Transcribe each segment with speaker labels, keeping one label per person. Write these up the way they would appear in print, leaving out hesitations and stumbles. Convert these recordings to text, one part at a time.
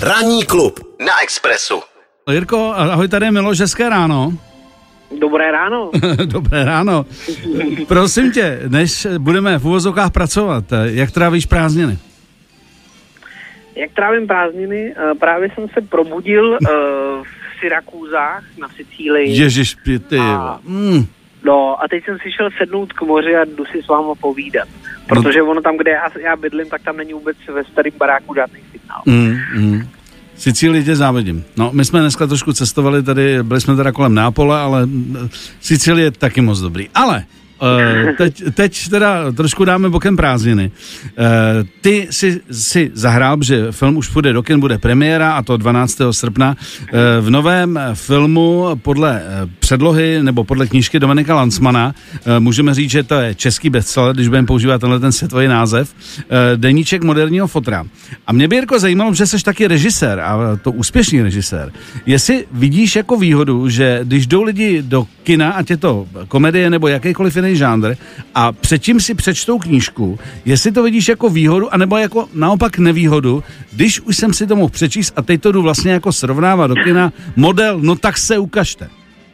Speaker 1: Ranní klub na Expressu.
Speaker 2: Jirko, ahoj, tady je Miloš, hezké ráno.
Speaker 3: Dobré ráno.
Speaker 2: Dobré ráno. Prosím tě, než budeme v uvozovkách pracovat, jak trávíš prázdniny?
Speaker 3: Jak trávím prázdniny? Právě jsem se probudil v Syrakúzách na Sicílii.
Speaker 2: Ježiš, ty.
Speaker 3: No a teď jsem si šel sednout k moři a jdu si s váma povídat. Protože ono tam, kde já bydlím, tak tam není vůbec ve starém baráku žádný signál.
Speaker 2: Sicílii tě závidím. No, my jsme dneska trošku cestovali tady, byli jsme teda kolem Neapole, ale Sicílie je taky moc dobrý. Ale teď teda trošku dáme bokem prázdniny. Ty si zahrál, že film už půjde do kin, bude premiéra, a to 12. srpna. V novém filmu podle předlohy nebo podle knížky Dominika Lanzmana můžeme říct, že to je český bestseller, když budeme používat tenhle ten světový název, Deníček moderního fotra. A mě by, Jirko, zajímalo, že jsi taky režisér, a to úspěšný režisér. Jestli vidíš jako výhodu, že když jdou lidi do kina, ať je to komedie nebo jakýkoliv jiný žánr, a předtím si přečtou knížku, jestli to vidíš jako výhodu, anebo jako naopak nevýhodu, když už jsem si to mohl přečíst a teď to jdu vlastně jako srovnávat do kina, model, no tak se ukažte.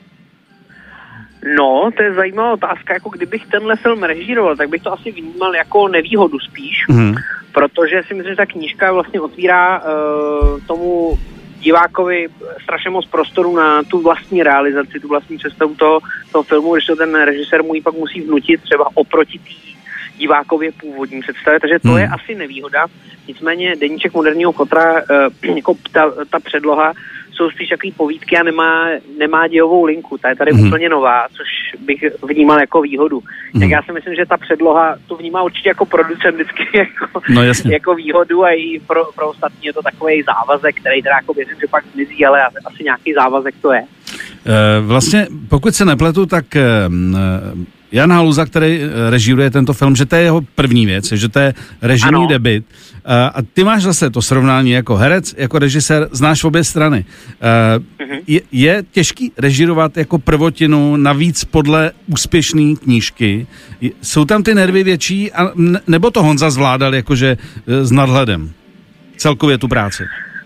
Speaker 3: No, to je zajímavá otázka, jako kdybych tenhle film režíroval, tak bych to asi vnímal jako nevýhodu spíš, protože si myslím, že ta knížka vlastně otvírá tomu divákovi strašně moc prostoru na tu vlastní realizaci, tu vlastní představu toho filmu, když to ten režisér mu ji pak musí vnutit třeba oproti té divákově původní představě, takže to je asi nevýhoda. Nicméně Deníček moderního fotra, jako ta předloha, jsou spíš takový povídky a nemá dějovou linku. Ta je tady úplně nová, což bych vnímal jako výhodu. Tak já si myslím, že ta předloha to vnímá určitě jako producent vždycky jako výhodu, a i pro ostatní je to takový závazek, který teda jako věřím, že pak zmizí, ale asi nějaký závazek to je.
Speaker 2: Vlastně, pokud se nepletu, tak Jan Haluza, který režíruje tento film, že to je jeho první věc, že to je režijní debut. A ty máš zase to srovnání jako herec, jako režisér, znáš obě strany. Je těžký režírovat jako prvotinu, navíc podle úspěšné knížky? Jsou tam ty nervy větší, nebo to Honza zvládal jakože s nadhledem? Celkově tu práci.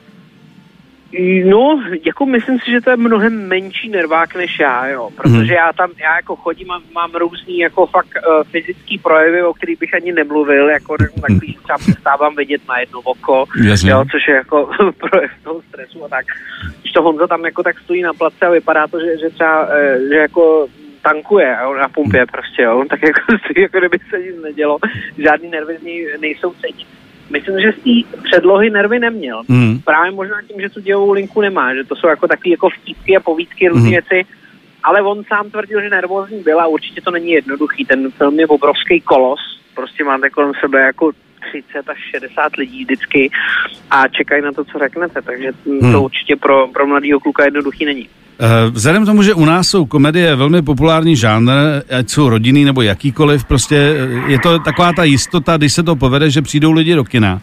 Speaker 3: No, jako myslím si, že to je mnohem menší nervák než já, jo, protože já jako chodím a mám různý jako fakt fyzický projevy, o kterých bych ani nemluvil, jako takový třeba přestávám vidět na jedno oko, jo, což je jako projev toho stresu a tak. Když to Honza tam jako tak stojí na place a vypadá to, že třeba, že jako tankuje, jo, na pumpě prostě, jo, on tak jako stojí, jako kdyby se nic nedělo, žádný nervy z něj nejsou cítit. Myslím, že z té předlohy nervy neměl. Právě možná tím, že tu dějovou linku nemá, že to jsou jako takový jako vtípky a povídky, různé věci, ale on sám tvrdil, že nervózní byl a určitě to není jednoduchý. Ten film je obrovský kolos, prostě máte kolem sebe jako 30 až 60 lidí vždycky a čekají na to, co řeknete, takže to určitě pro mladýho kluka jednoduchý není.
Speaker 2: Vzhledem k tomu, že u nás jsou komedie velmi populární žánr, ať jsou rodinný nebo jakýkoliv, prostě je to taková ta jistota, když se to povede, že přijdou lidi do kina.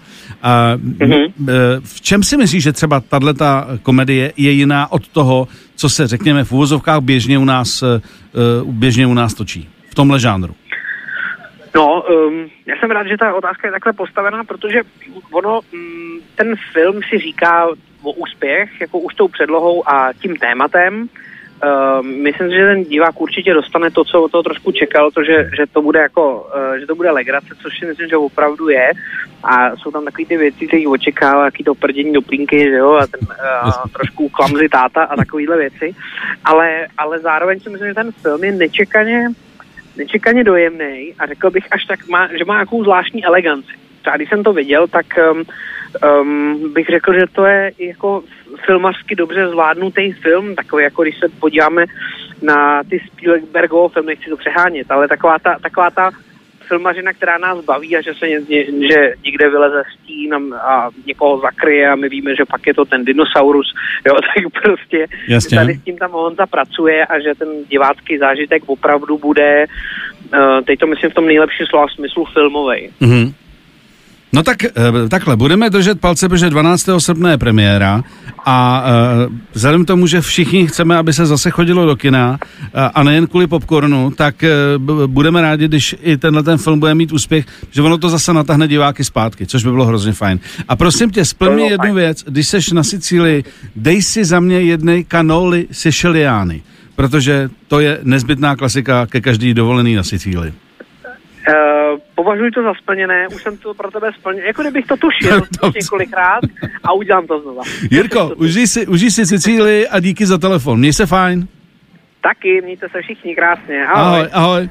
Speaker 2: V čem si myslíš, že třeba tato komedie je jiná od toho, co se, řekněme, v uvozovkách běžně u nás točí v tomhle žánru?
Speaker 3: No, já jsem rád, že ta otázka je takhle postavená, protože ten film si říká o úspěch, jako už tou předlohou a tím tématem. Myslím si, že ten divák určitě dostane to, co o toho trošku čekal, to, že to bude jako, že to bude legrace, což si myslím, že opravdu je. A jsou tam takový ty věci, které očekává, jaký to prdění do plínky, že jo, a ten trošku klamzí táta a takovýhle věci. Ale zároveň si myslím, že ten film je nečekaně dojemnej a řekl bych až tak, že má nějakou zvláštní eleganci. Třeba když jsem to viděl, tak bych řekl, že to je jako filmařsky dobře zvládnutý film, takový jako když se podíváme na ty Spielbergovo film, nechci to přehánět, ale taková ta filmařina, která nás baví a že někde vyleze stín a někoho zakryje a my víme, že pak je to ten dinosaurus, jo, tak prostě tady s tím tam Honza pracuje a že ten divácký zážitek opravdu bude, teď to myslím v tom nejlepším slova smyslu, filmovej.
Speaker 2: No tak takhle, budeme držet palce, protože 12. srpna je premiéra a vzhledem k tomu, že všichni chceme, aby se zase chodilo do kina a nejen kvůli popcornu, tak budeme rádi, když i ten film bude mít úspěch, že ono to zase natáhne diváky zpátky, což by bylo hrozně fajn. A prosím tě, splň mi jednu věc, když seš na Sicílii, dej si za mě jednej cannoli siciliani, protože to je nezbytná klasika ke každý dovolený na Sicílii.
Speaker 3: Považuji to za splněné, už jsem to pro tebe splnil, jako kdybych to tušil několikrát a udělám to znova.
Speaker 2: Jirko, užij si Sicílii a díky za telefon, měj se fajn.
Speaker 3: Taky, mějte se všichni krásně, ahoj.
Speaker 2: Ahoj.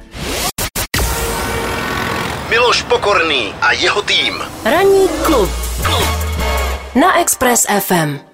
Speaker 1: Miloš Pokorný a jeho tým.
Speaker 4: Ranní klub na Express FM.